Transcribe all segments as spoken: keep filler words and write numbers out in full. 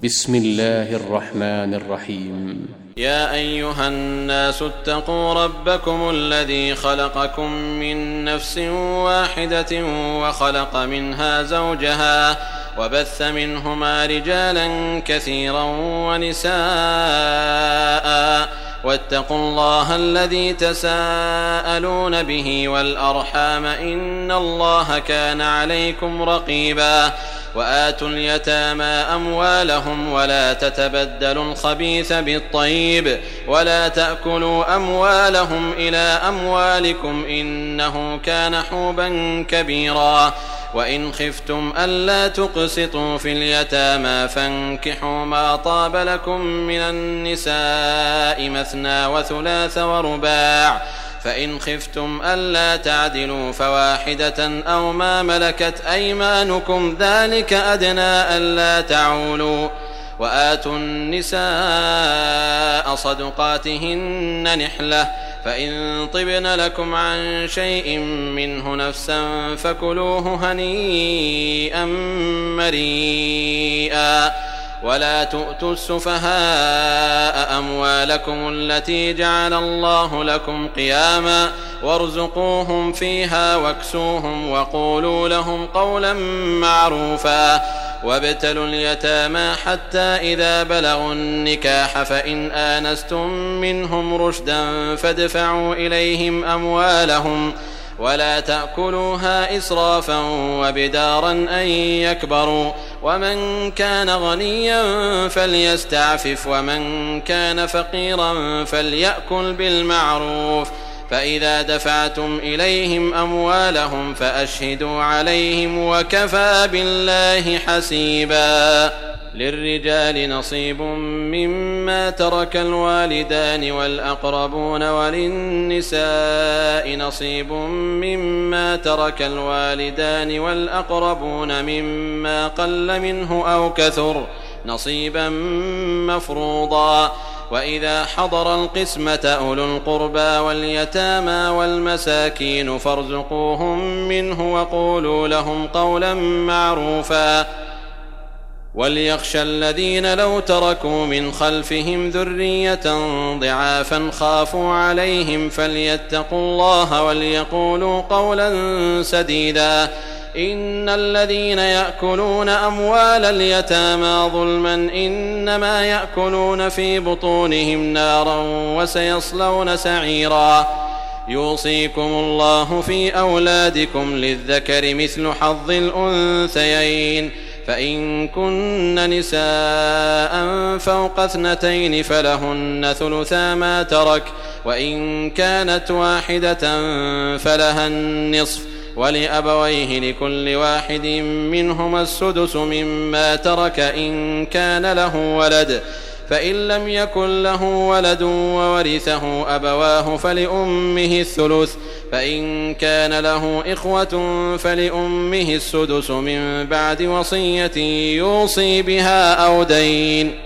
بسم الله الرحمن الرحيم. يا أيها الناس اتقوا ربكم الذي خلقكم من نفس واحدة وخلق منها زوجها وبث منهما رجالا كثيرا ونساء واتقوا الله الذي تساءلون به والأرحام إن الله كان عليكم رقيبا وآتوا اليتامى أموالهم ولا تتبدلوا الخبيث بالطيب ولا تأكلوا أموالهم إلى أموالكم إنه كان حوبا كبيرا وإن خفتم ألا تقسطوا في اليتامى فانكحوا ما طاب لكم من النساء مثنى وثلاث ورباع فإن خفتم ألا تعدلوا فواحدة أو ما ملكت أيمانكم ذلك أدنى ألا تعولوا وآتوا النساء صدقاتهن نحلة فإن طبن لكم عن شيء منه نفسا فكلوه هنيئا مريئا ولا تؤتوا السفهاء أموالكم التي جعل الله لكم قياما وارزقوهم فيها واكسوهم وقولوا لهم قولا معروفا وابتلوا اليتامى حتى إذا بلغوا النكاح فإن آنستم منهم رشدا فادفعوا إليهم أموالهم ولا تأكلوها إسرافا وبدارا أن يكبروا ومن كان غنيا فليستعفف ومن كان فقيرا فليأكل بالمعروف فإذا دفعتم إليهم أموالهم فأشهدوا عليهم وكفى بالله حسيبا. للرجال نصيب مما ترك الوالدان والأقربون وللنساء نصيب مما ترك الوالدان والأقربون مما قل منه أو كثر نصيبا مفروضا وإذا حضر القسمة أولو القربى واليتامى والمساكين فارزقوهم منه وقولوا لهم قولا معروفا وليخشى الذين لو تركوا من خلفهم ذرية ضعافا خافوا عليهم فليتقوا الله وليقولوا قولا سديدا إن الذين يأكلون أموال اليتامى ظلما إنما يأكلون في بطونهم نارا وسيصلون سعيرا يوصيكم الله في أولادكم للذكر مثل حظ الأنثيين فإن كن نساء فوق اثنتين فلهن ثلثا ما ترك وإن كانت واحدة فلها النصف ولأبويه لكل واحد منهما السدس مما ترك إن كان له ولد فإن لم يكن له ولد وورثه أبواه فلأمه الثلث فإن كان له إخوة فلأمه السدس من بعد وصية يوصي بها أو دين.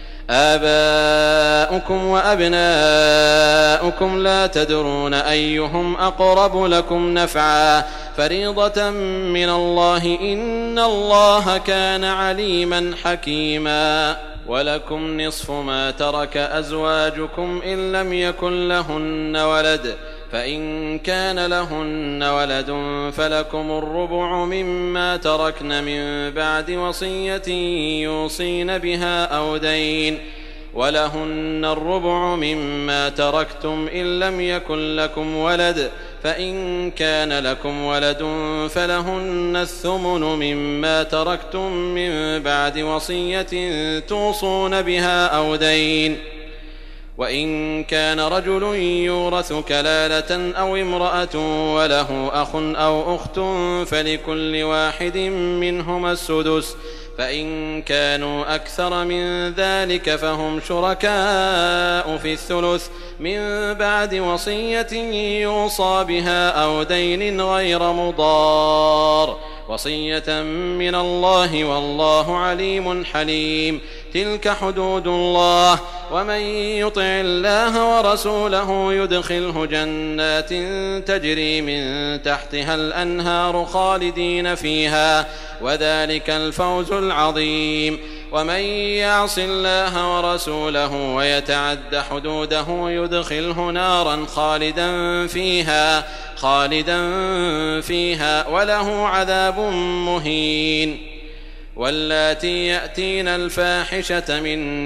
آباؤكم وأبناؤكم لا تدرون أيهم أقرب لكم نفعا فريضة من الله إن الله كان عليما حكيما. ولكم نصف ما ترك أزواجكم إن لم يكن لهن ولد فإن كان لهن ولد فلكم الربع مما تركن من بعد وصية يوصين بها أو دين ولهن الربع مما تركتم إن لم يكن لكم ولد فإن كان لكم ولد فلهن الثمن مما تركتم من بعد وصية توصون بها أو دين وإن كان رجل يورث كلالة أو امرأة وله أخ أو أخت فلكل واحد منهما السدس فإن كانوا أكثر من ذلك فهم شركاء في الثلث من بعد وصية يوصى بها أو دين غير مضار وصية من الله والله عليم حليم. تلك حدود الله ومن يطع الله ورسوله يدخله جنات تجري من تحتها الأنهار خالدين فيها وذلك الفوز العظيم. ومن يعص الله ورسوله ويتعد حدوده يدخله نارا خالدا فيها خالدا فيها وله عذاب مهين. واللاتي يأتين الفاحشة من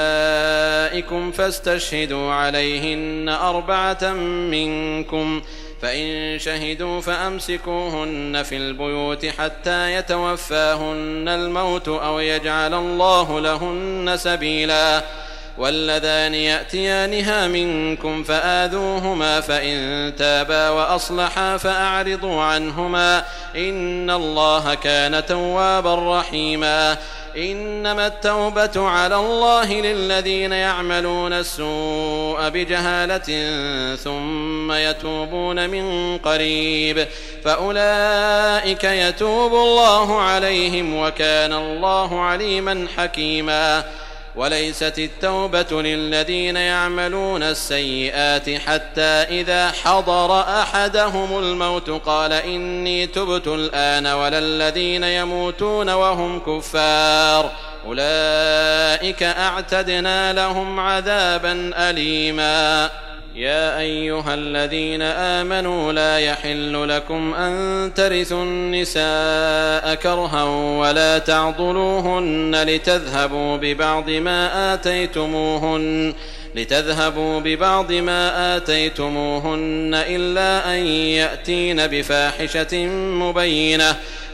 نسائكم فاستشهدوا عليهن أربعة منكم، فإن شهدوا فأمسكوهن في البيوت حتى يتوفاهن الموت أو يجعل الله لهن سبيلا. واللذان يأتيانها منكم فآذوهما، فإن تابا وأصلحا فأعرضوا عنهما، إن الله كان توابا رحيما. إنما التوبة على الله للذين يعملون السوء بجهالة ثم يتوبون من قريب فأولئك يتوب الله عليهم وكان الله عليما حكيما. وليست التوبة للذين يعملون السيئات حتى إذا حضر أحدهم الموت قال إني تبت الآن، ولا الذين يموتون وهم كفار أولئك أعتدنا لهم عذابا أليما. يا أيها الذين آمنوا لا يحل لكم أن ترثوا النساء كرها ولا تعضلوهن لتذهبوا ببعض ما آتيتموهن لتذهبوا ببعض ما آتيتموهن إلا أن يأتين بفاحشة مبينة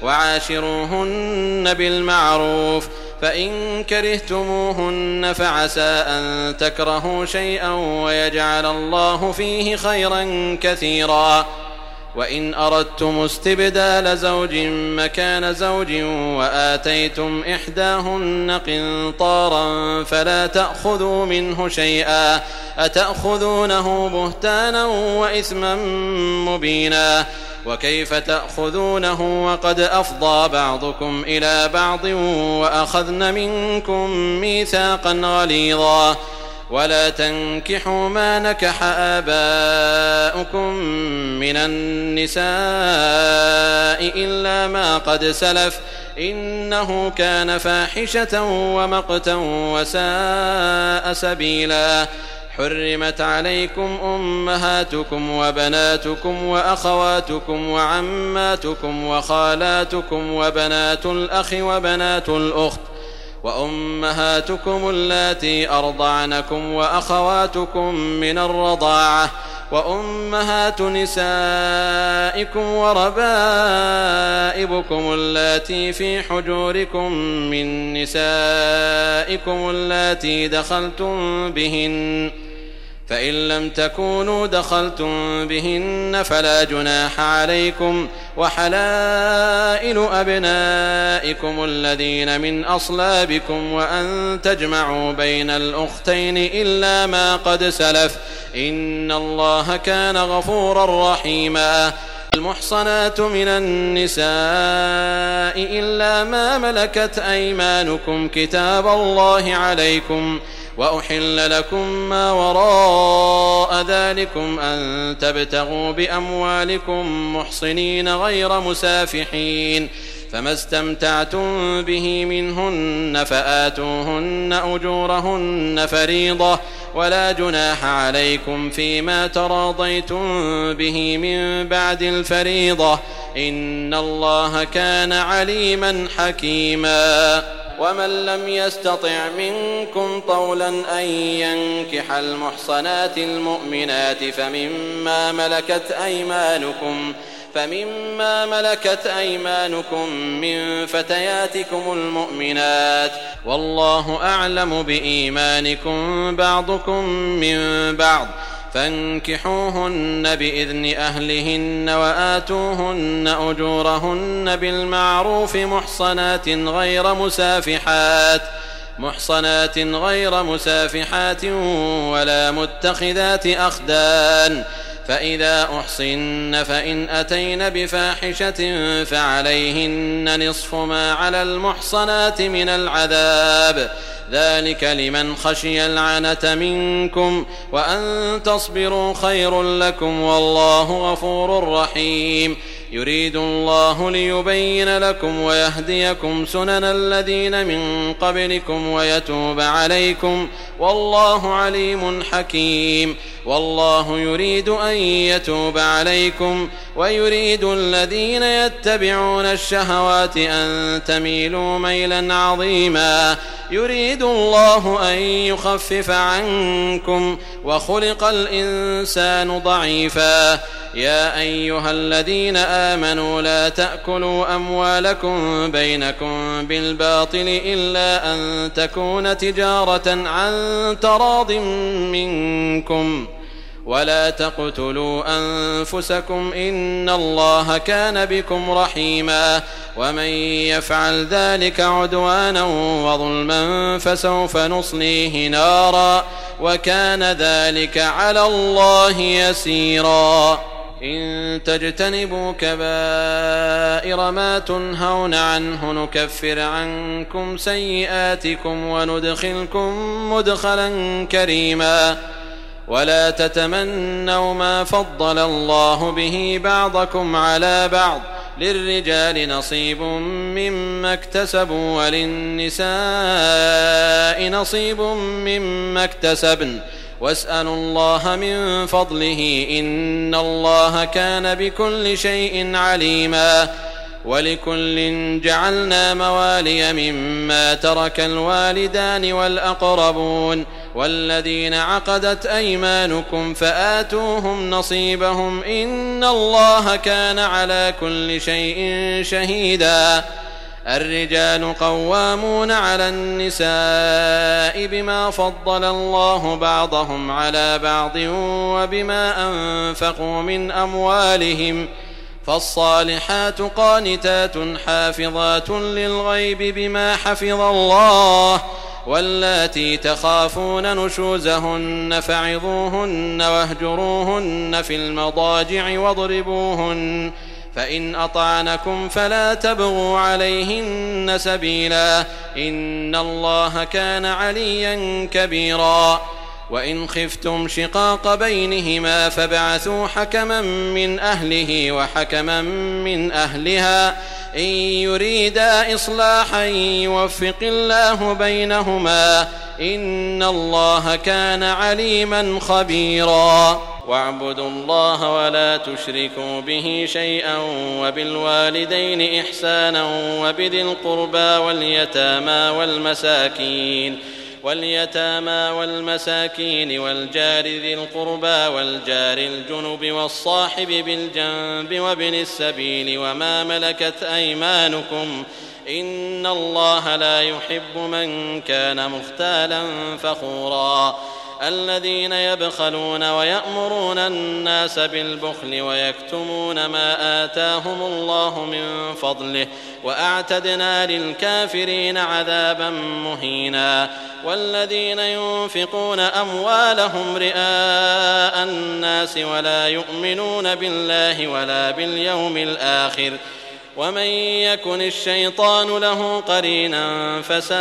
وعاشروهن بالمعروف، فإن كرهتموهن فعسى أن تكرهوا شيئا ويجعل الله فيه خيرا كثيرا. وإن أردتم استبدال زوج مكان زوج وآتيتم إحداهن قنطارا فلا تأخذوا منه شيئا، أتأخذونه بهتانا وإثما مبينا. وكيف تأخذونه وقد أفضى بعضكم إلى بعض وأخذن منكم ميثاقا غليظا. ولا تنكحوا ما نكح آباؤكم من النساء إلا ما قد سلف إنه كان فاحشة ومقتا وساء سبيلا. حرمت عليكم أمهاتكم وبناتكم وأخواتكم وعماتكم وخالاتكم وبنات الأخ وبنات الأخت وأمهاتكم اللاتي أرضعنكم وأخواتكم من الرضاعة وأمهات نسائكم وربائبكم اللاتي في حجوركم من نسائكم اللاتي دخلتم بهن، فإن لم تكونوا دخلتم بهن فلا جناح عليكم، وحلائل أبنائكم الذين من أصلابكم وأن تجمعوا بين الأختين إلا ما قد سلف إن الله كان غفورا رحيما. المحصنات من النساء إلا ما ملكت أيمانكم كتاب الله عليكم، وأحل لكم ما وراء ذلكم أن تبتغوا بأموالكم محصنين غير مسافحين، فما استمتعتم به منهن فآتوهن أجورهن فريضة، ولا جناح عليكم فيما تراضيتم به من بعد الفريضة إن الله كان عليما حكيما. ومن لم يستطع منكم طولا أن ينكح المحصنات المؤمنات فمما ملكت أيمانكم فمما ملكت أيمانكم من فتياتكم المؤمنات، والله أعلم بإيمانكم بعضكم من بعض، فانكحوهن بإذن أهلهن وآتوهن أجورهن بالمعروف محصنات غير مسافحات محصنات غير مسافحات ولا متخذات أخدان، فإذا أحصن فإن أتين بفاحشة فعليهن نصف ما على المحصنات من العذاب، ذلك لمن خشي العنة منكم، وأن تصبروا خير لكم والله غفور رحيم. يريد الله ليبين لكم ويهديكم سنن الذين من قبلكم ويتوب عليكم والله عليم حكيم والله يريد أن يتوب عليكم ويريد الذين يتبعون الشهوات أن تميلوا ميلا عظيما يريد الله أن يخفف عنكم وخلق الإنسان ضعيفا يا أيها الذين آمنوا لا تأكلوا أموالكم بينكم بالباطل إلا أن تكون تجارة عن تراض منكم ولا تقتلوا أنفسكم إن الله كان بكم رحيما ومن يفعل ذلك عدوانا وظلما فسوف نصليه نارا وكان ذلك على الله يسيرا إن تجتنبوا كبائر ما تنهون عنه نكفر عنكم سيئاتكم وندخلكم مدخلا كريما ولا تتمنوا ما فضل الله به بعضكم على بعض للرجال نصيب مما اكتسبوا وللنساء نصيب مما اكتسبن واسألوا الله من فضله إن الله كان بكل شيء عليما ولكل جعلنا موالي مما ترك الوالدان والأقربون والذين عقدت أيمانكم فآتوهم نصيبهم إن الله كان على كل شيء شهيدا الرجال قوامون على النساء بما فضل الله بعضهم على بعض وبما أنفقوا من أموالهم فالصالحات قانتات حافظات للغيب بما حفظ الله واللاتي تخافون نشوزهن فعظوهن واهجروهن في المضاجع واضربوهن فإن أطعنكم فلا تبغوا عليهن سبيلا إن الله كان عليا كبيرا وإن خفتم شقاق بينهما فابعثوا حكما من أهله وحكما من أهلها إن يريدا إصلاحا يوفق الله بينهما إن الله كان عليما خبيرا واعبدوا الله ولا تشركوا به شيئا وبالوالدين إحسانا وبذي القربى واليتامى والمساكين واليتامى والمساكين والجار ذي القربى والجار الجنب والصاحب بالجنب وابن السبيل وما ملكت أيمانكم إن الله لا يحب من كان مختالا فخورا الذين يبخلون ويأمرون الناس بالبخل ويكتمون ما آتاهم الله من فضله وأعتدنا للكافرين عذابا مهينا والذين ينفقون أموالهم رئاء الناس ولا يؤمنون بالله ولا باليوم الآخر ومن يكن الشيطان له قرينا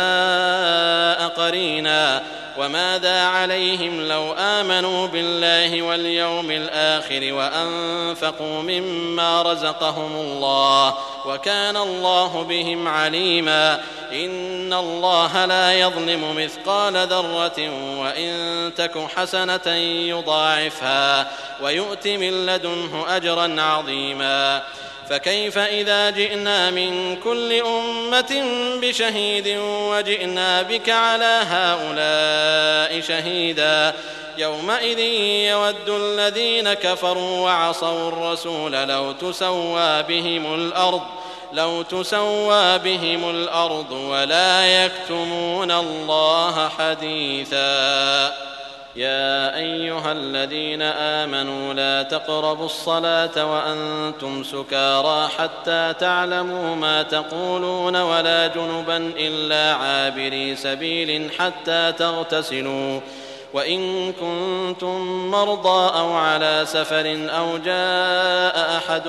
فساء قرينا وماذا عليهم لو آمنوا بالله واليوم الآخر وأنفقوا مما رزقهم الله وكان الله بهم عليما إن الله لا يظلم مثقال ذرة وإن تك حسنة يضاعفها ويؤت من لدنه أجرا عظيما فكيف إذا جئنا من كل أمة بشهيد وجئنا بك على هؤلاء شهيدا يومئذ يود الذين كفروا وعصوا الرسول لو تسوى بهم الأرض لو تسوى بهم الأرض ولا يكتمون الله حديثا يا أيها الذين آمنوا لا تقربوا الصلاة وأنتم سكارى حتى تعلموا ما تقولون ولا جنبا إلا عابري سبيل حتى تغتسلوا وإن كنتم مرضى أو على سفر أو جاء أحد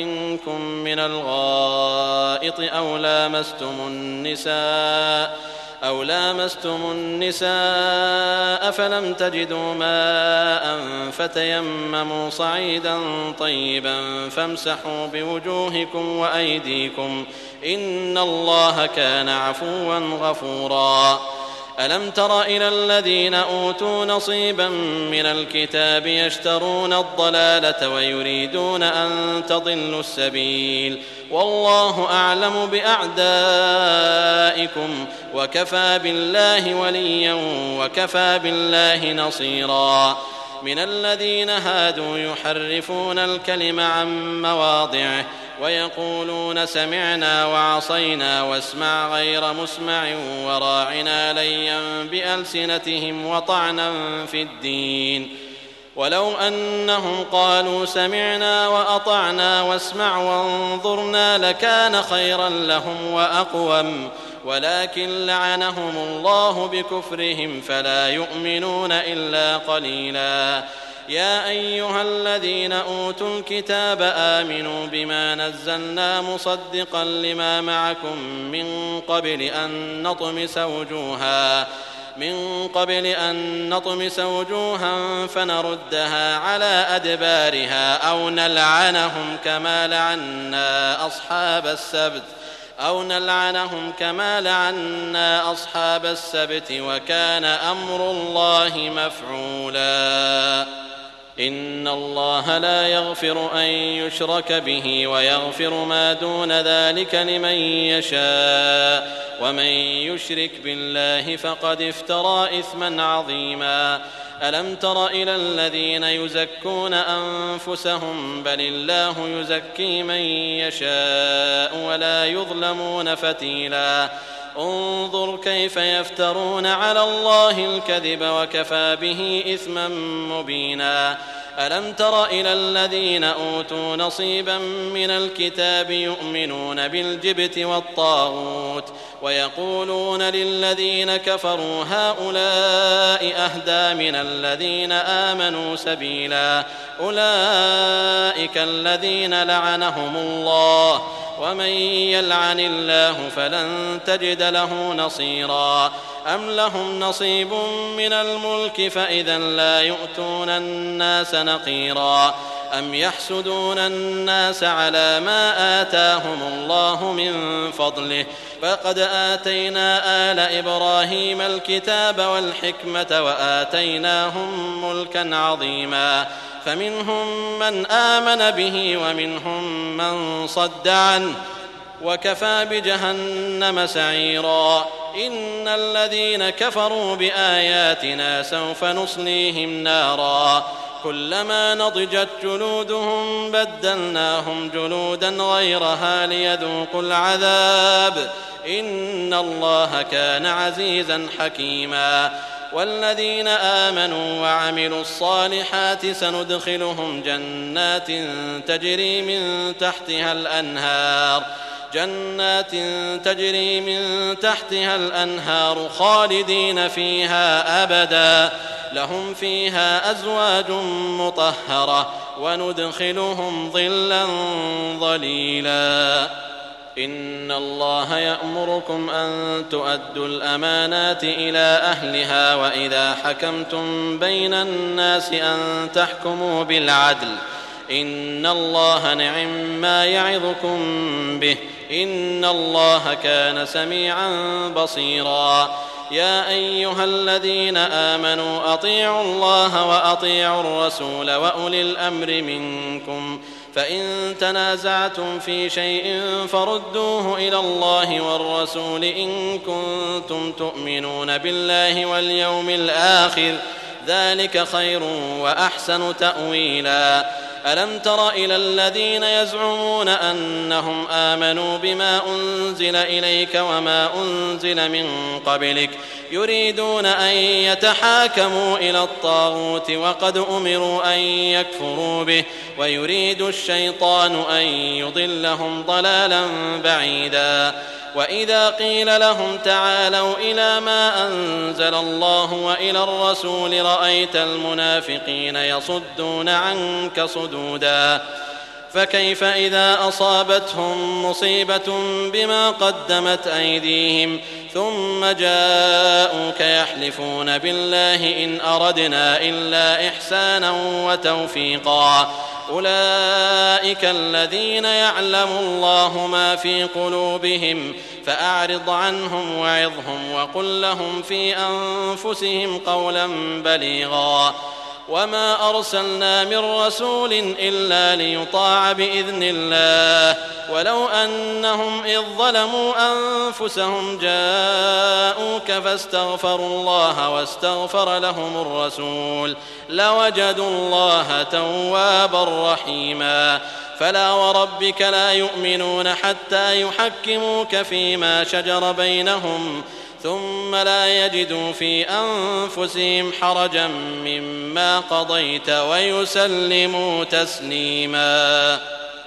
منكم من الغائط أو لامستم النساء أو لامستم النساء فلم تجدوا ماء فتيمموا صعيدا طيبا فامسحوا بوجوهكم وأيديكم إن الله كان عفوا غفورا. ألم تر إلى الذين أوتوا نصيبا من الكتاب يشترون الضلالة ويريدون أن تضلوا السبيل والله أعلم بأعدائكم وكفى بالله وليا وكفى بالله نصيرا. من الذين هادوا يحرفون الكلم عن مواضعه ويقولون سمعنا وعصينا واسمع غير مسمع وراعنا ليا بألسنتهم وطعنا في الدين ولو أنهم قالوا سمعنا وأطعنا واسمع وانظرنا لكان خيرا لهم وأقوم ولكن لعنهم الله بكفرهم فلا يؤمنون إلا قليلا. يا أيها الذين أوتوا الكتاب آمنوا بما نزلنا مصدقا لما معكم من قبل أن نطمس وجوها من قبل أن نطمس وجوها فنردها على أدبارها أو نلعنهم كما لعنا أصحاب السبت أو نلعنهم كما لعنا أصحاب السبت وكان أمر الله مفعولا. إن الله لا يغفر أن يشرك به ويغفر ما دون ذلك لمن يشاء ومن يشرك بالله فقد افترى إثما عظيما. ألم تر إلى الذين يزكون أنفسهم بل الله يزكي من يشاء ولا يظلمون فتيلا. انظر كيف يفترون على الله الكذب وكفى به إثما مبينا. ألم تر إلى الذين أوتوا نصيبا من الكتاب يؤمنون بالجبت والطاغوت ويقولون للذين كفروا هؤلاء أهدى من الذين آمنوا سبيلا. أولئك الذين لعنهم الله ومن يلعن الله فلن تجد له نصيرا. أم لهم نصيب من الملك فإذا لا يؤتون الناس نقيرا. أم يحسدون الناس على ما آتاهم الله من فضله فقد آتينا آل إبراهيم الكتاب والحكمة وآتيناهم ملكا عظيما. فمنهم من آمن به ومنهم من صد عنه وكفى بجهنم سعيرا. إن الذين كفروا بآياتنا سوف نصليهم نارا كلما نضجت جلودهم بدلناهم جلودا غيرها ليذوقوا العذاب إن الله كان عزيزا حكيما. والذين آمنوا وعملوا الصالحات سندخلهم جنات تجري من تحتها الأنهار جنات تجري من تحتها الأنهار خالدين فيها أبدا لهم فيها أزواج مطهرة وندخلهم ظلا ظليلا. إن الله يأمركم أن تؤدوا الأمانات إلى أهلها وإذا حكمتم بين الناس أن تحكموا بالعدل إن الله نعم ما يعظكم به إن الله كان سميعا بصيرا. يا أيها الذين آمنوا أطيعوا الله وأطيعوا الرسول وأولي الأمر منكم فإن تنازعتم في شيء فردوه إلى الله والرسول إن كنتم تؤمنون بالله واليوم الآخر ذلك خير وأحسن تأويلا. ألم تر إلى الذين يزعمون أنهم آمنوا بما أنزل إليك وما أنزل من قبلك يريدون أن يتحاكموا إلى الطاغوت وقد أمروا أن يكفروا به ويريد الشيطان أن يضلهم ضلالا بعيدا. وإذا قيل لهم تعالوا إلى ما أنزل الله وإلى الرسول رأيت المنافقين يصدون عنك صدودا فكيف إذا أصابتهم مصيبة بما قدمت أيديهم ثم جاءوك يحلفون بالله إن أردنا إلا إحسانا وتوفيقا أولئك الذين يعلم الله ما في قلوبهم فأعرض عنهم وعظهم وقل لهم في أنفسهم قولا بليغا وما أرسلنا من رسول إلا ليطاع بإذن الله ولو أنهم إذ ظلموا أنفسهم جاءوك فاستغفروا الله واستغفر لهم الرسول لوجدوا الله توابا رحيما فلا وربك لا يؤمنون حتى يحكموك فيما شجر بينهم ثم لا يجدوا في أنفسهم حرجا مما قضيت ويسلموا تسليما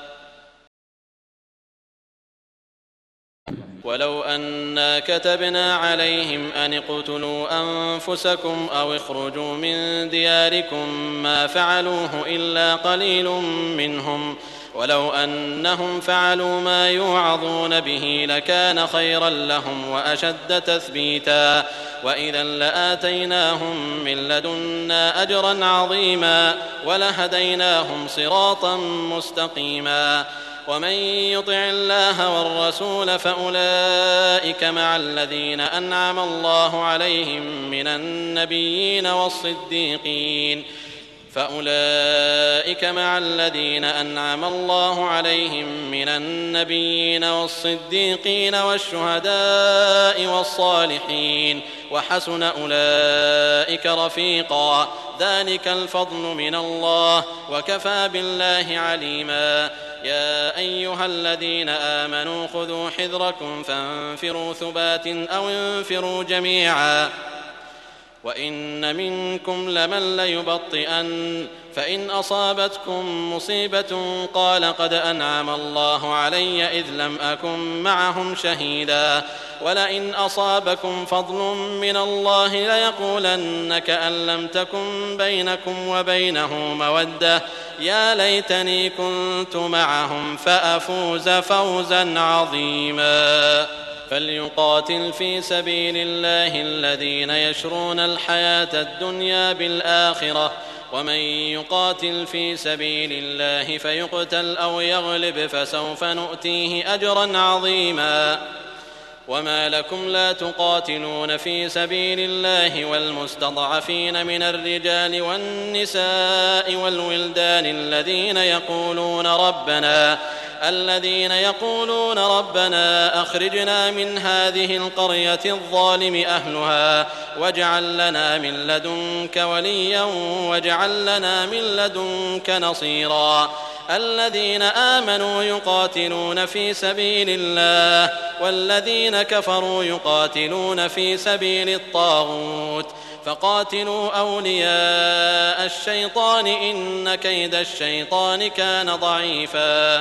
ولو أنا كتبنا عليهم أن اقتلوا أنفسكم أو اخرجوا من دياركم ما فعلوه إلا قليل منهم ولو أنهم فعلوا ما يوعظون به لكان خيرا لهم وأشد تثبيتا وإذا لآتيناهم من لدنا أجرا عظيما ولهديناهم صراطا مستقيما ومن يطع الله والرسول فأولئك مع الذين أنعم الله عليهم من النبيين والصديقين فأولئك مع الذين أنعم الله عليهم من النبيين والصديقين والشهداء والصالحين وحسن أولئك رفيقا ذلك الفضل من الله وكفى بالله عليما يا أيها الذين آمنوا خذوا حذركم فانفروا ثبات أو انفروا جميعا وإن منكم لمن ليبطئن فإن أصابتكم مصيبة قال قد أنعم الله علي إذ لم أكن معهم شهيدا ولئن أصابكم فضل من الله ليقولن كأن لم تكن بينكم وبينه مودة يا ليتني كنت معهم فأفوز فوزا عظيما فليقاتل في سبيل الله الذين يشرون الحياة الدنيا بالآخرة ومن يقاتل في سبيل الله فيقتل أو يغلب فسوف نؤتيه أجرا عظيما وما لكم لا تقاتلون في سبيل الله والمستضعفين من الرجال والنساء والولدان الذين يقولون ربنا الذين يقولون ربنا أخرجنا من هذه القرية الظالم أهلها واجعل لنا من لدنك وليا واجعل لنا من لدنك نصيرا الذين آمنوا يقاتلون في سبيل الله والذين كفروا يقاتلون في سبيل الطاغوت فقاتلوا أولياء الشيطان إن كيد الشيطان كان ضعيفا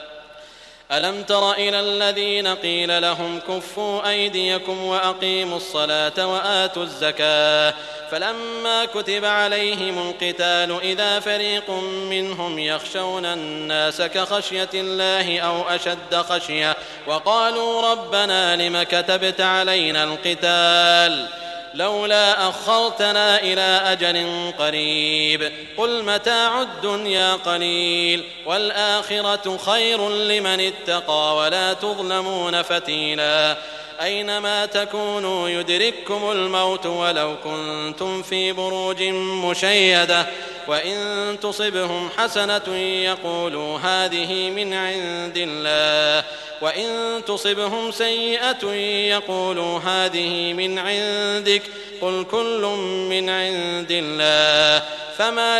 ألم تر إلى الذين قيل لهم كفوا أيديكم وأقيموا الصلاة وآتوا الزكاة فلما كتب عليهم القتال إذا فريق منهم يخشون الناس كخشية الله أو أشد خشية وقالوا ربنا لم كتبت علينا القتال لولا أخرتنا إلى أجل قريب قل متاع الدنيا قليل والآخرة خير لمن اتقى ولا تظلمون فتيلا أينما تكونوا يدرككم الموت ولو كنتم في بروج مشيدة وإن تصبهم حسنة يقولوا هذه من عند الله وإن تصبهم سيئة يقولوا هذه من عندك قل كل من عند الله فما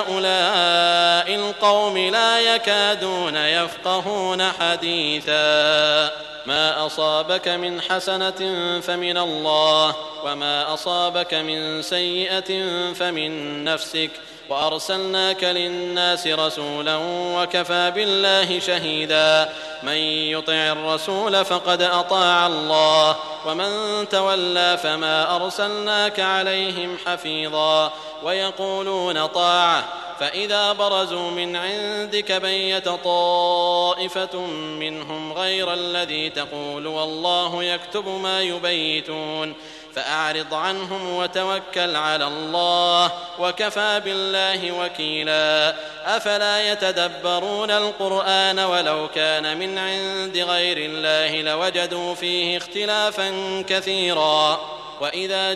لهؤلاء القوم لا يكادون يفقهون حديثا ما أصابك من حسنة فمن الله وما أصابك من سيئة فمن نفسك وأرسلناك للناس رسولا وكفى بالله شهيدا من يطع الرسول فقد أطاع الله ومن تولى فما أرسلناك عليهم حفيظا ويقولون طاعة فإذا برزوا من عندك بيت طائفة منهم غير الذي تقول والله يكتب ما يبيتون فأعرض عنهم وتوكل على الله وكفى بالله وكيلا أفلا يتدبرون القرآن ولو كان من عند غير الله لوجدوا فيه اختلافا كثيرا وإذا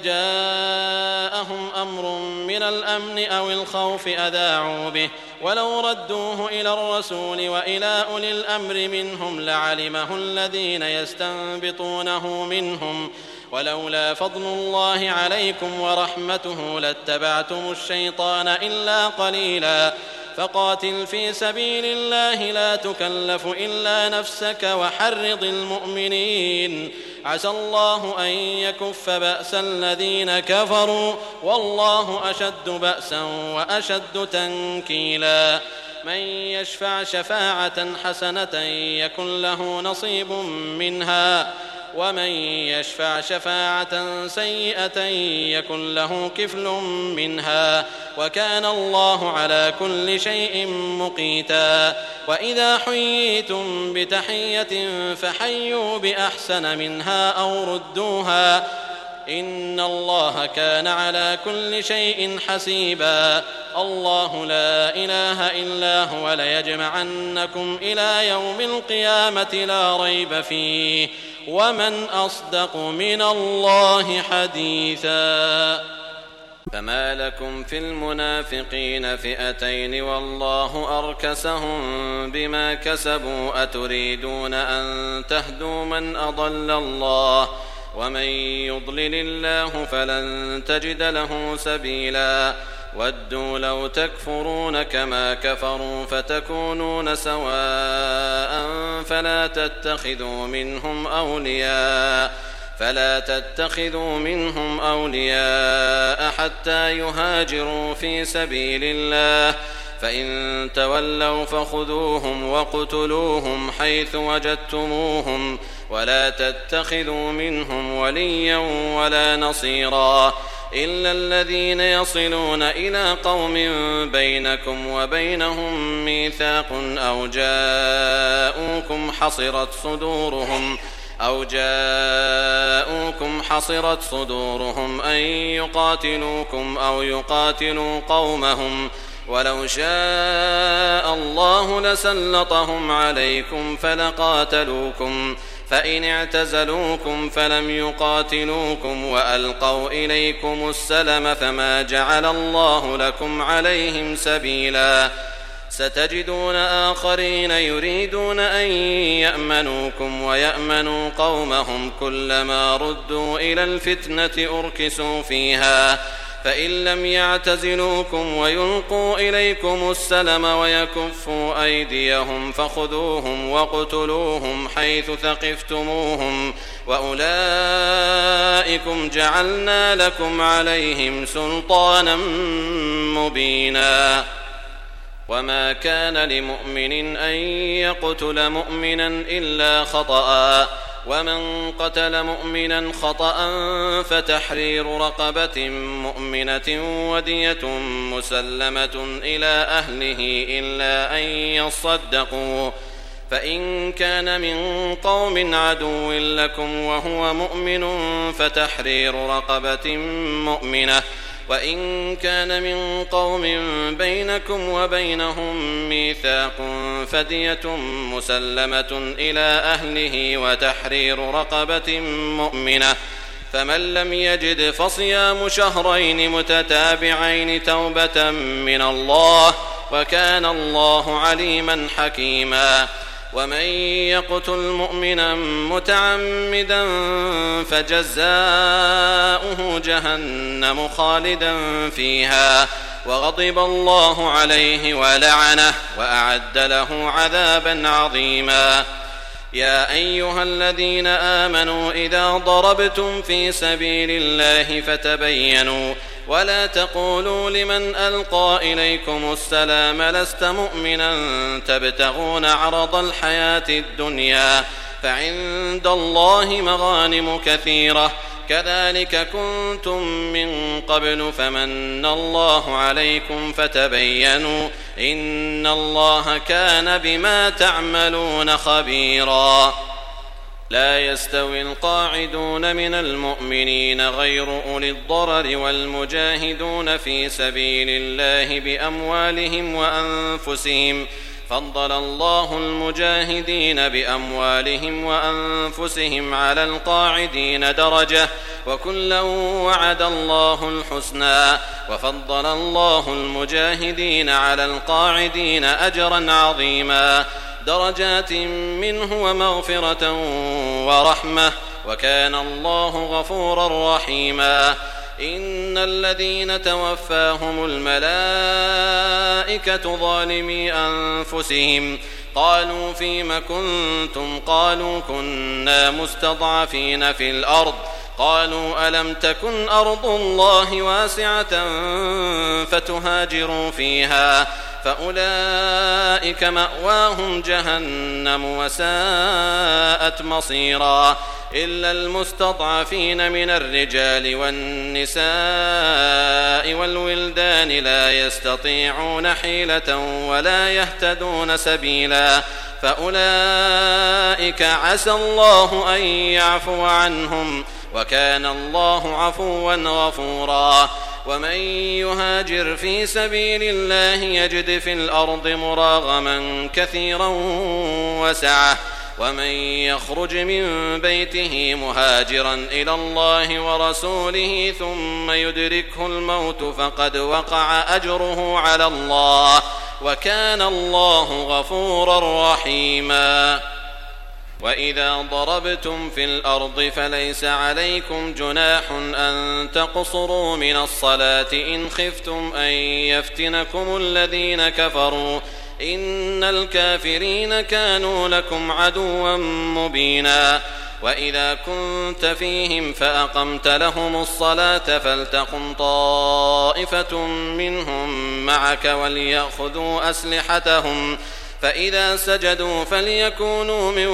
جاءهم أمر من الأمن أو الخوف أذاعوا به ولو ردوه إلى الرسول وإلى أولي الأمر منهم لعلمه الذين يستنبطونه منهم ولولا فضل الله عليكم ورحمته لاتبعتم الشيطان إلا قليلا فقاتل في سبيل الله لا تكلف إلا نفسك وحرض المؤمنين عسى الله أن يكف بأس الذين كفروا والله أشد بأسا وأشد تنكيلا من يشفع شفاعة حسنة يكن له نصيب منها ومن يشفع شفاعة سيئة يكن له كفل منها وكان الله على كل شيء مقيتا وإذا حييتم بتحية فحيوا بأحسن منها أو ردوها إن الله كان على كل شيء حسيبا الله لا إله إلا هو ليجمعنكم إلى يوم القيامة لا ريب فيه ومن أصدق من الله حديثا فما لكم في المنافقين فئتين والله أركسهم بما كسبوا أتريدون أن تهدوا من أضل الله ومن يضلل الله فلن تجد له سبيلا ودوا لو تكفرون كما كفروا فتكونون سواء فلا تتخذوا منهم أولياء فلا تتخذوا منهم أولياء حتى يهاجروا في سبيل الله فإن تولوا فخذوهم وقتلوهم حيث وجدتموهم ولا تتخذوا منهم وليا ولا نصيرا إلا الذين يصلون إلى قوم بينكم وبينهم ميثاق أو جاءوكم حصرت صدورهم أو جاءوكم حصرت صدورهم أن يقاتلوكم أو يقاتلوا قومهم ولو شاء الله لسلطهم عليكم فلقاتلوكم فإن اعتزلوكم فلم يقاتلوكم وألقوا إليكم السلم فما جعل الله لكم عليهم سبيلا ستجدون آخرين يريدون أن يأمنوكم ويأمنوا قومهم كلما ردوا إلى الفتنة أركسوا فيها فإن لم يعتزلوكم ويلقوا إليكم السلم ويكفوا أيديهم فخذوهم وقتلوهم حيث ثقفتموهم وأولئكم جعلنا لكم عليهم سلطانا مبينا وما كان لمؤمن أن يقتل مؤمنا إلا خطأ ومن قتل مؤمنا خطأ فتحرير رقبة مؤمنة ودية مسلمة إلى أهله إلا أن يصدقوا فإن كان من قوم عدو لكم وهو مؤمن فتحرير رقبة مؤمنة وإن كان من قوم بينكم وبينهم ميثاق فدية مسلمة إلى أهله وتحرير رقبة مؤمنة فمن لم يجد فصيام شهرين متتابعين توبة من الله وكان الله عليما حكيما ومن يقتل مؤمنا متعمدا فجزاؤه جهنم خالدا فيها وغضب الله عليه ولعنه وأعد له عذابا عظيما يا أيها الذين آمنوا إذا ضربتم في سبيل الله فتبينوا ولا تقولوا لمن ألقى إليكم السلام لست مؤمنا تبتغون عرض الحياة الدنيا فعند الله مغانم كثيرة كذلك كنتم من قبل فمن الله عليكم فتبينوا إن الله كان بما تعملون خبيرا. لا يستوي القاعدون من المؤمنين غير أولي الضرر والمجاهدون في سبيل الله بأموالهم وأنفسهم، فضل الله المجاهدين بأموالهم وأنفسهم على القاعدين درجة، وكلا وعد الله الحسنى، وفضل الله المجاهدين على القاعدين أجرا عظيما، درجات منه ومغفرة ورحمة، وكان الله غفورا رحيما. إن الذين توفاهم الملائكة ظالمي أنفسهم قالوا فيم كنتم؟ قالوا كنا مستضعفين في الأرض. قالوا ألم تكن أرض الله واسعة فتهاجروا فيها فأولئك مأواهم جهنم وساءت مصيرا، إلا المستضعفين من الرجال والنساء والولدان لا يستطيعون حيلة ولا يهتدون سبيلا، فأولئك عسى الله أن يعفو عنهم، وكان الله عفوا غفورا. ومن يهاجر في سبيل الله يجد في الأرض مراغما كثيرا وسعة، ومن يخرج من بيته مهاجرا إلى الله ورسوله ثم يدركه الموت فقد وقع أجره على الله، وكان الله غفورا رحيما. وإذا ضربتم في الأرض فليس عليكم جناح أن تقصروا من الصلاة إن خفتم أن يفتنكم الذين كفروا، إن الكافرين كانوا لكم عدوا مبينا. وإذا كنت فيهم فأقمت لهم الصلاة فلتقم طائفة منهم معك وليأخذوا أسلحتهم، فإذا سجدوا فليكونوا من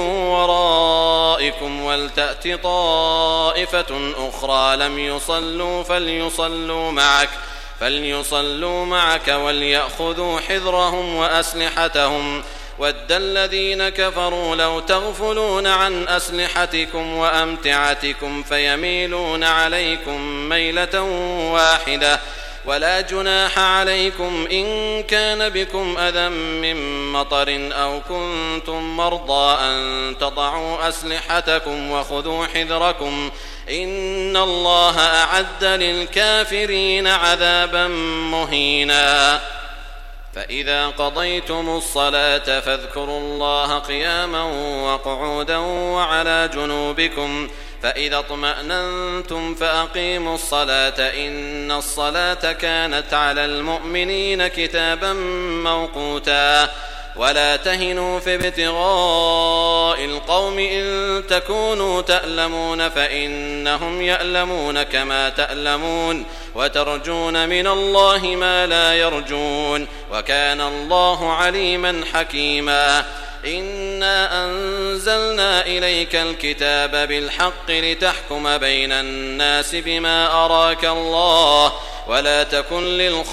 ورائكم ولتأت طائفة أخرى لم يصلوا فليصلوا معك فليصلوا معك وليأخذوا حذرهم وأسلحتهم. ود الذين كفروا لو تغفلون عن أسلحتكم وأمتعتكم فيميلون عليكم ميلة واحدة، ولا جناح عليكم إن كان بكم أذى من مطر أو كنتم مرضى أن تضعوا أسلحتكم وخذوا حذركم، إن الله أعد للكافرين عذابا مهينا. فإذا قضيتم الصلاة فاذكروا الله قياما وقعودا وعلى جنوبكم، فإذا اطمأننتم فأقيموا الصلاة إن الصلاة كانت على المؤمنين كتابا موقوتا. ولا تهنوا في ابتغاء القوم إن تكونوا تألمون فإنهم يألمون كما تألمون، وترجون من الله ما لا يرجون، وكان الله عليما حكيما. إنا أنزلنا إليك الكتاب بالحق لتحكم بين الناس بما أراك الله، ولا تكن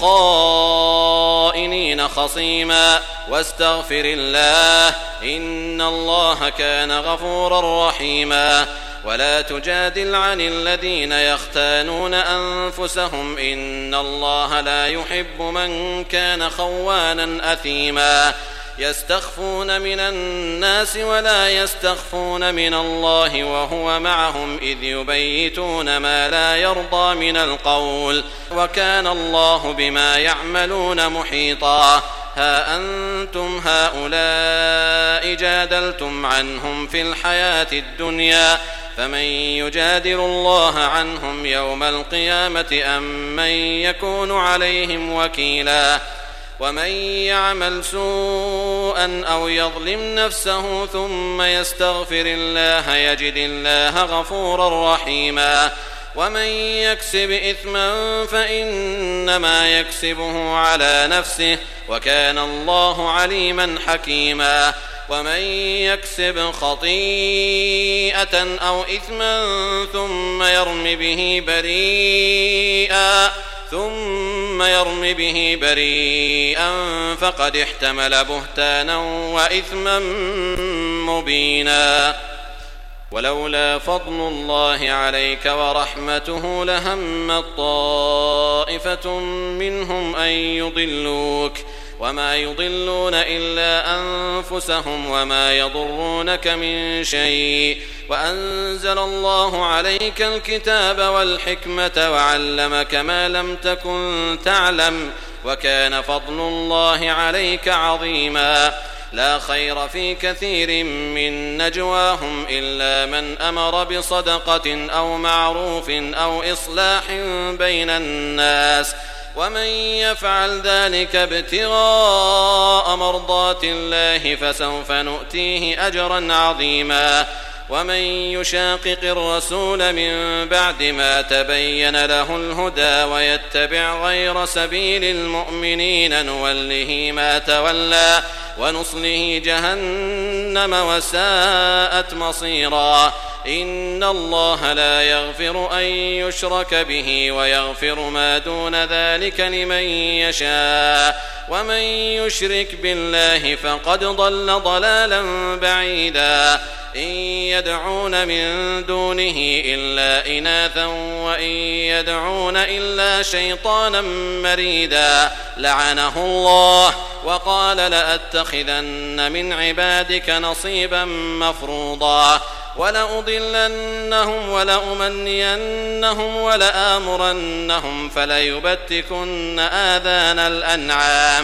للخائنين خصيما، واستغفر الله إن الله كان غفورا رحيما. ولا تجادل عن الذين يختانون أنفسهم إن الله لا يحب من كان خوانا أثيما. يستخفون من الناس ولا يستخفون من الله وهو معهم إذ يبيتون ما لا يرضى من القول، وكان الله بما يعملون محيطا. ها أنتم هؤلاء جادلتم عنهم في الحياة الدنيا، فمن يجادل الله عنهم يوم القيامة أم من يكون عليهم وكيلا. ومن يعمل سوءا أو يظلم نفسه ثم يستغفر الله يجد الله غفورا رحيما. ومن يكسب إثما فإنما يكسبه على نفسه، وكان الله عليما حكيما. ومن يكسب خطيئة أو إثما ثم يرم به بريئا ثم يرم به بريئا فقد احتمل بهتانا وإثما مبينا. ولولا فضل الله عليك ورحمته لهمت طائفة منهم أن يضلوك وما يضلون إلا أنفسهم وما يضرونك من شيء وأنزل الله عليك الكتاب والحكمة وعلمك ما لم تكن تعلم وكان فضل الله عليك عظيما. لا خير في كثير من نجواهم إلا من أمر بصدقة أو معروف أو إصلاح بين الناس ومن يفعل ذلك ابتغاء مرضات الله فسوف نؤتيه أجرا عظيما. ومن يشاقق الرسول من بعد ما تبين له الهدى ويتبع غير سبيل المؤمنين نوله ما تولى ونصله جهنم وساءت مصيرا. إن الله لا يغفر أن يشرك به ويغفر ما دون ذلك لمن يشاء ومن يشرك بالله فقد ضل ضلالا بعيدا. إن يدعون من دونه إلا إناثا وإن يدعون إلا شيطانا مريدا لعنه الله وقال لأتخذن من عبادك نصيبا مفروضا. ولأضلنهم ولأمنينهم ولآمرنهم فليبتكن آذان الأنعام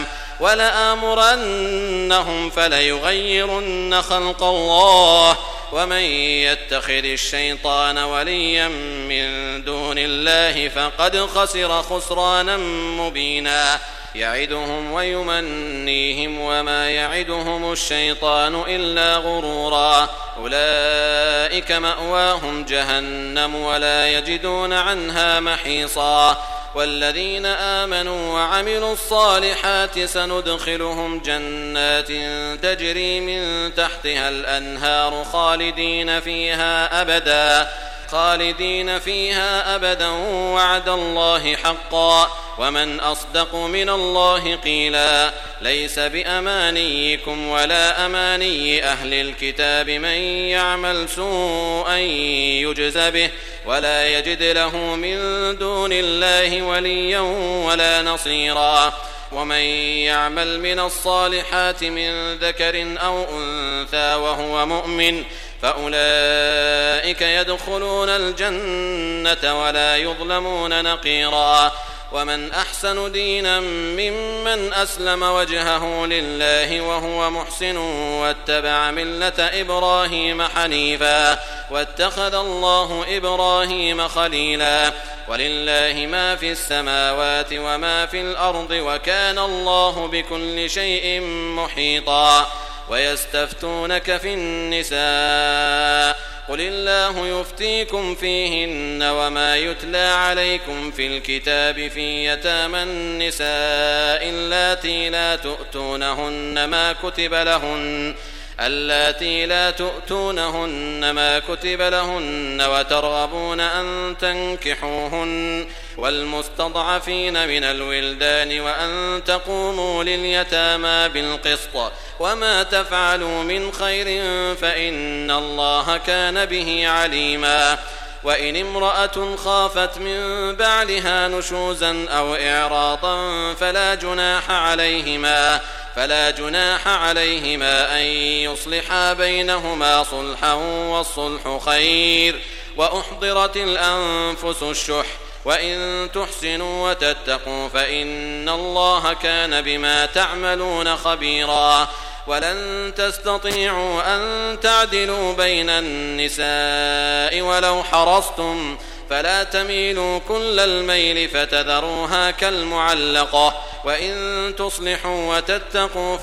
ولآمرنهم فليغيرن خلق الله ومن يتخذ الشيطان وليا من دون الله فقد خسر خسرانا مبينا. يعدهم ويمنيهم وما يعدهم الشيطان إلا غرورا. أولئك مأواهم جهنم ولا يجدون عنها محيصا. والذين آمنوا وعملوا الصالحات سندخلهم جنات تجري من تحتها الأنهار خالدين فيها أبدا خالدين فيها أبدا وعد الله حقا ومن أصدق من الله قيلا. ليس بأمانيكم ولا أماني أهل الكتاب من يعمل سوءا يجز به ولا يجد له من دون الله وليا ولا نصيرا. ومن يعمل من الصالحات من ذكر أو أنثى وهو مؤمن فأولئك يدخلون الجنة ولا يظلمون نقيرا. ومن أحسن دينا ممن أسلم وجهه لله وهو محسن واتبع ملة إبراهيم حنيفا واتخذ الله إبراهيم خليلا. ولله ما في السماوات وما في الأرض وكان الله بكل شيء محيطا. ويستفتونك في النساء قل الله يفتيكم فيهن وما يتلى عليكم في الكتاب في يتامى النساء اللاتي لا تؤتونهن ما كتب لهن اللاتي لا تؤتونهن ما كتب لهن وترغبون أن تنكحوهن والمستضعفين من الولدان وأن تقوموا لليتامى بالقسط وما تفعلوا من خير فإن الله كان به عليما. وإن امرأة خافت من بعلها نشوزا أو إعراضا فلا جناح عليهما فلا جناح عليهما أن يصلحا بينهما صلحا والصلح خير. وأحضرت الأنفس الشح وإن تحسنوا وتتقوا فإن الله كان بما تعملون خبيرا. ولن تستطيعوا أن تعدلوا بين النساء ولو حرصتم فلا تميلوا كل الميل فتذروها كالمعلقة وإن تصلحوا وتتقوا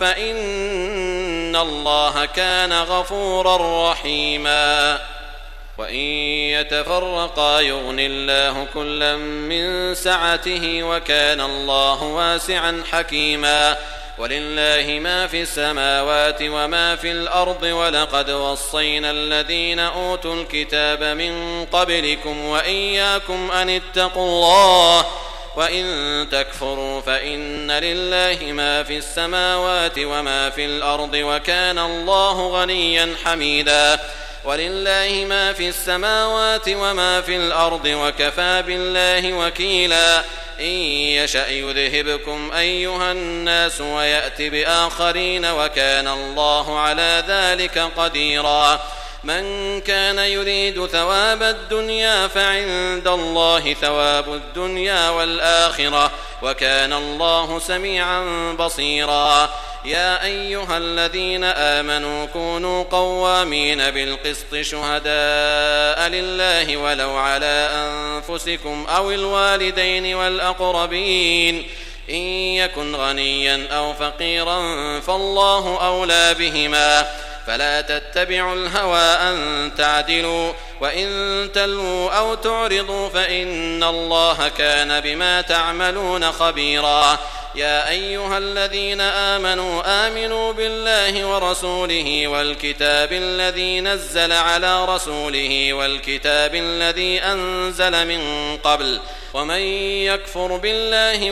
فإن الله كان غفورا رحيما. وإن يتفرقا يغن الله كلا من سعته وكان الله واسعا حكيما. ولله ما في السماوات وما في الأرض ولقد وصينا الذين أوتوا الكتاب من قبلكم وإياكم أن اتقوا الله وإن تكفروا فإن لله ما في السماوات وما في الأرض وكان الله غنيا حميدا ولله ما في السماوات وما في الأرض وكفى بالله وكيلا إن يشأ يذهبكم أيها الناس ويأت بآخرين وكان الله على ذلك قديرا من كان يريد ثواب الدنيا فعند الله ثواب الدنيا والآخرة وكان الله سميعا بصيرا يا أيها الذين آمنوا كونوا قوامين بالقسط شهداء لله ولو على أنفسكم أو الوالدين والأقربين إن يكن غنيا أو فقيرا فالله أولى بهما فلا تتبعوا الهوى أن تعدلوا وإن تلووا أو تعرضوا فإن الله كان بما تعملون خبيرا يا أيها الذين آمنوا آمنوا بالله ورسوله والكتاب الذي نزل على رسوله والكتاب الذي أنزل من قبل ومن يكفر بالله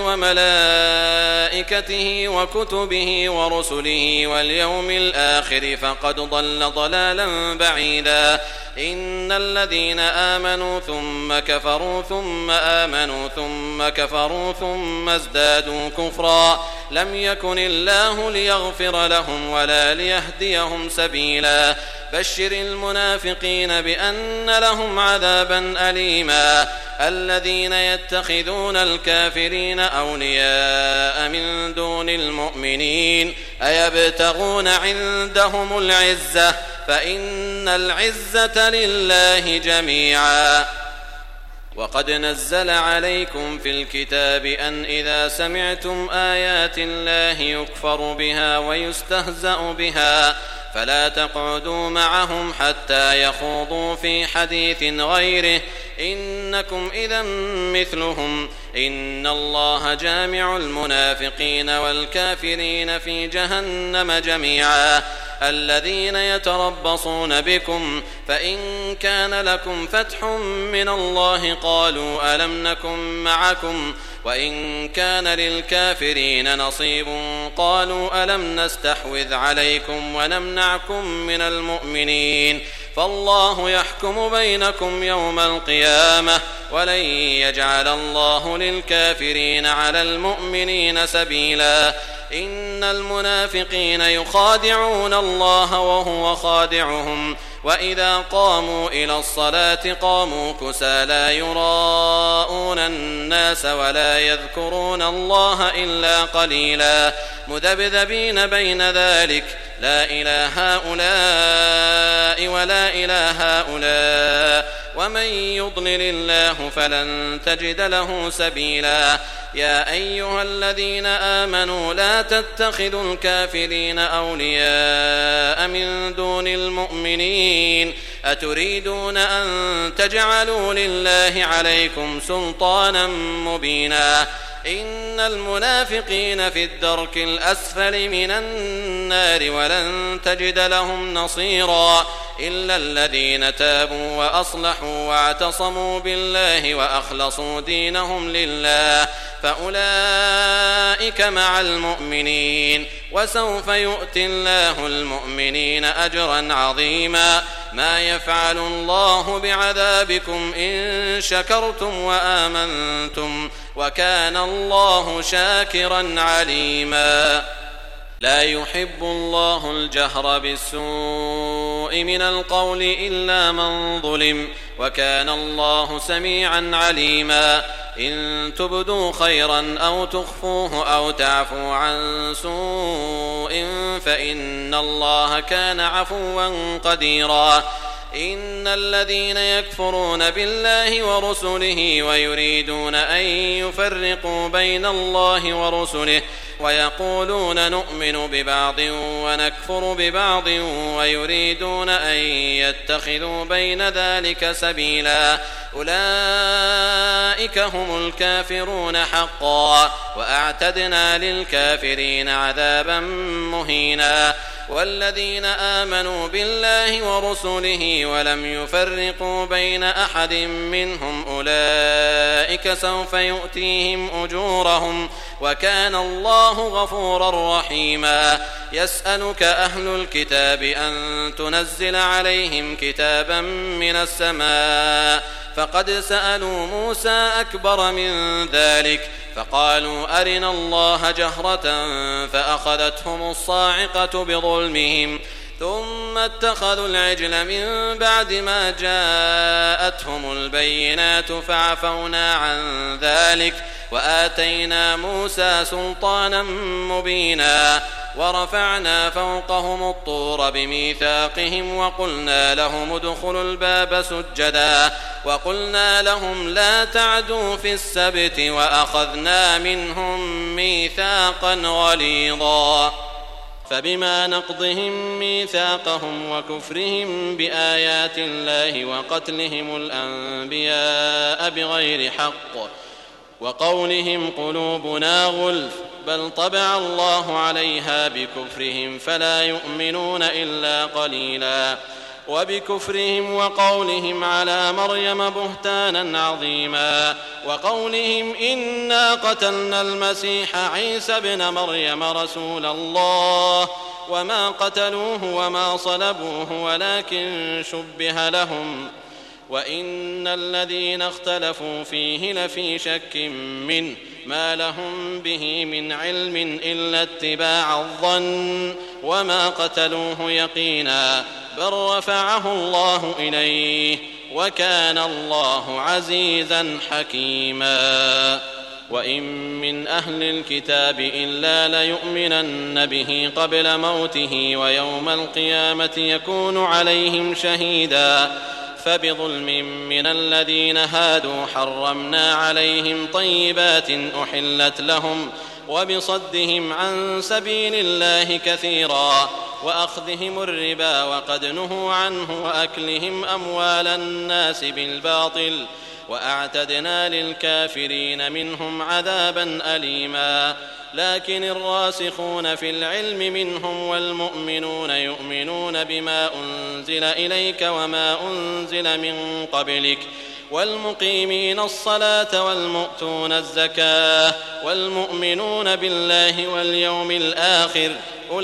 وملائكته وكتبه ورسله واليوم الآخر فقد ضل ضلالا بعيدا إن الذين آمنوا ثم كفروا ثم آمنوا ثم كفروا ثم ازدادوا كفرا لم يكن الله ليغفر لهم ولا ليهديهم سبيلا بشر المنافقين بأن لهم عذابا أليما الذين يتخذون الكافرين أولياء من دون المؤمنين أيبتغون عندهم العزة فإن العزة لله جميعا وقد نزل عليكم في الكتاب أن إذا سمعتم آيات الله يكفر بها ويستهزأ بها فلا تقعدوا معهم حتى يخوضوا في حديث غيره إنكم إذا مثلهم إن الله جامع المنافقين والكافرين في جهنم جميعا الذين يتربصون بكم فإن كان لكم فتح من الله قالوا ألم نكن معكم وإن كان للكافرين نصيب قالوا ألم نستحوذ عليكم ونمنعكم من المؤمنين فالله يحكم بينكم يوم القيامة ولن يجعل الله للكافرين على المؤمنين سبيلا إن المنافقين يخادعون الله وهو خادعهم وإذا قاموا إلى الصلاة قاموا كسى لا يراءون الناس ولا يذكرون الله إلا قليلا مذبذبين بين ذلك لا إلى هؤلاء ولا إلى هؤلاء ومن يضلل الله فلن تجد له سبيلا يا أيها الذين آمنوا لا تتخذوا الكافرين أولياء من دون المؤمنين أتريدون أن تجعلوا لله عليكم سلطانا مبينا إن المنافقين في الدرك الأسفل من النار ولن تجد لهم نصيرا إلا الذين تابوا وأصلحوا واعتصموا بالله وأخلصوا دينهم لله فأولئك مع المؤمنين وسوف يؤتي الله المؤمنين أجرا عظيما ما يفعل الله بعذابكم إن شكرتم وآمنتم وكان الله شاكرا عليما لا يحب الله الجهر بالسوء من القول إلا من ظلم وكان الله سميعا عليما إن تبدوا خيرا أو تخفوه أو تعفوا عن سوء فإن الله كان عفوا قديرا إن الذين يكفرون بالله ورسله ويريدون أن يفرقوا بين الله ورسله ويقولون نؤمن ببعض ونكفر ببعض ويريدون أن يتخذوا بين ذلك سبيلا أولئك هم الكافرون حقا وأعتدنا للكافرين عذابا مهينا والذين آمنوا بالله ورسله ولم يفرقوا بين أحد منهم أولئك سوف يؤتيهم أجورهم وكان الله غفورا رحيما يسألك أهل الكتاب أن تنزل عليهم كتابا من السماء فقد سألوا موسى أكبر من ذلك فقالوا أرنا الله جهرة فأخذتهم الصاعقة بظلمهم ثم اتخذوا العجل من بعد ما جاءتهم البينات فعفونا عن ذلك وآتينا موسى سلطانا مبينا ورفعنا فوقهم الطور بميثاقهم وقلنا لهم ادخلوا الباب سجدا وقلنا لهم لا تعدوا في السبت وأخذنا منهم ميثاقا غليظا فبما نقضهم ميثاقهم وكفرهم بآيات الله وقتلهم الأنبياء بغير حق وقولهم قلوبنا غلف بل طبع الله عليها بكفرهم فلا يؤمنون إلا قليلا وبكفرهم وقولهم على مريم بهتانا عظيما وقولهم إنا قتلنا المسيح عيسى ابن مريم رسول الله وما قتلوه وما صلبوه ولكن شبه لهم وإن الذين اختلفوا فيه لفي شك منه ما لهم به من علم إلا اتباع الظن وما قتلوه يقينا بل رفعه الله إليه وكان الله عزيزا حكيما وإن من أهل الكتاب إلا ليؤمنن به قبل موته ويوم القيامة يكون عليهم شهيدا فبظلم من الذين هادوا حرمنا عليهم طيبات أحلت لهم وبصدهم عن سبيل الله كثيرا وأخذهم الربا وقد نهوا عنه وأكلهم أموال الناس بالباطل وأعتدنا للكافرين منهم عذابا أليما لكن الراسخون في العلم منهم والمؤمنون يؤمنون بما أنزل إليك وما أنزل من قبلك والمقيمين الصلاة والمؤتون الزكاة والمؤمنون بالله واليوم الآخر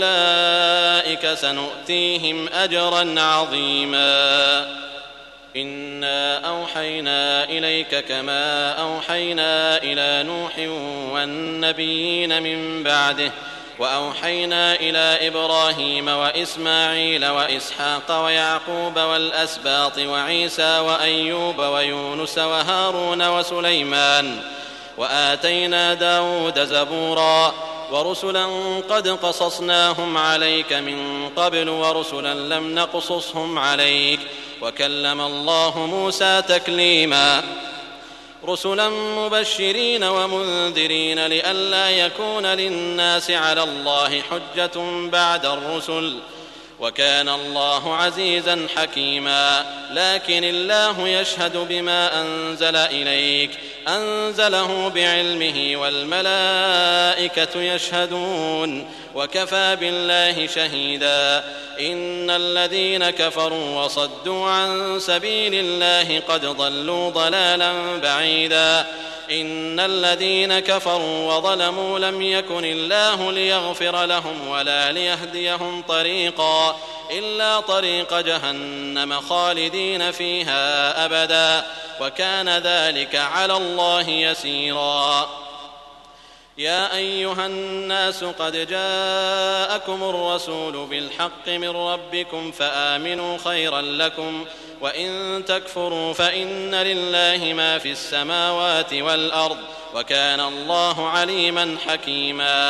أولئك سنؤتيهم أجرا عظيما إنا أوحينا إليك كما أوحينا إلى نوح والنبيين من بعده وأوحينا إلى إبراهيم وإسماعيل وإسحاق ويعقوب والأسباط وعيسى وأيوب ويونس وهارون وسليمان وآتينا داود زبورا ورسلا قد قصصناهم عليك من قبل ورسلا لم نقصصهم عليك وكلم الله موسى تكليما رسلا مبشرين ومنذرين لئلا يكون للناس على الله حجة بعد الرسل وكان الله عزيزا حكيما لكن الله يشهد بما أنزل إليك أنزله بعلمه والملائكة يشهدون وكفى بالله شهيدا إن الذين كفروا وصدوا عن سبيل الله قد ضلوا ضلالا بعيدا إن الذين كفروا وظلموا لم يكن الله ليغفر لهم ولا ليهديهم طريقا إلا طريق جهنم خالدين فيها أبدا وكان ذلك على الله يسيرا يا أيها الناس قد جاءكم الرسول بالحق من ربكم فآمنوا خيرا لكم وإن تكفروا فإن لله ما في السماوات والأرض وكان الله عليما حكيما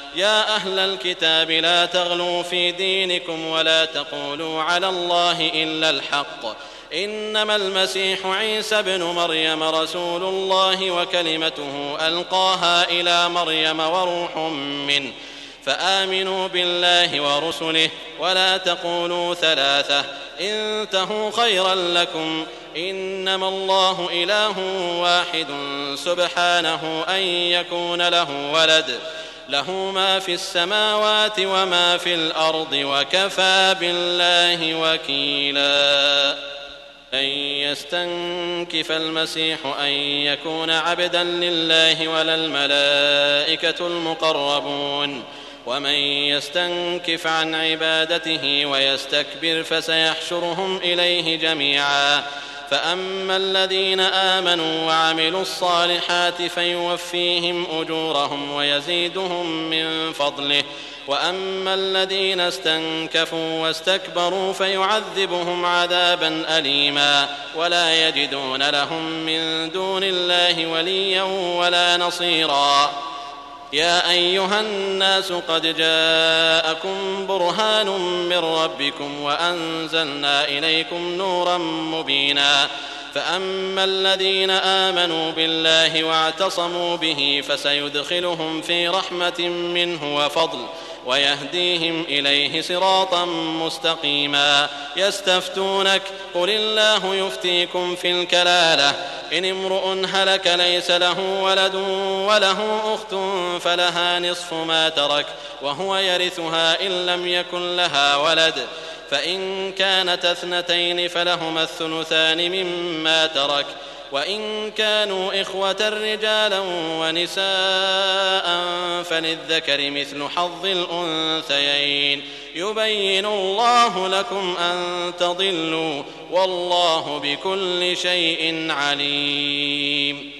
يا أهل الكتاب لا تغلوا في دينكم ولا تقولوا على الله إلا الحق إنما المسيح عيسى ابن مريم رسول الله وكلمته ألقاها إلى مريم وروح منه فآمنوا بالله ورسله ولا تقولوا ثلاثة انتهوا خيرا لكم إنما الله إله واحد سبحانه أن يكون له ولد له ما في السماوات وما في الأرض وكفى بالله وكيلا أن يستنكف المسيح أن يكون عبدا لله ولا الملائكة المقربون ومن يستنكف عن عبادته ويستكبر فسيحشرهم إليه جميعا فأما الذين آمنوا وعملوا الصالحات فيوفيهم أجورهم ويزيدهم من فضله وأما الذين استنكفوا واستكبروا فيعذبهم عذابا أليما ولا يجدون لهم من دون الله وليا ولا نصيرا يا أيها الناس قد جاءكم برهان من ربكم وأنزلنا إليكم نورا مبينا فأما الذين آمنوا بالله واعتصموا به فسيدخلهم في رحمة منه وفضل ويهديهم إليه صراطا مستقيما يستفتونك قل الله يفتيكم في الكلالة إن امرؤ هلك ليس له ولد وله أخت فلها نصف ما ترك وهو يرثها إن لم يكن لها ولد فإن كانت اثنتين فلهما الثلثان مما ترك وإن كانوا إخوة رجالا ونساء فللذكر مثل حظ الأنثيين يبين الله لكم أن تضلوا والله بكل شيء عليم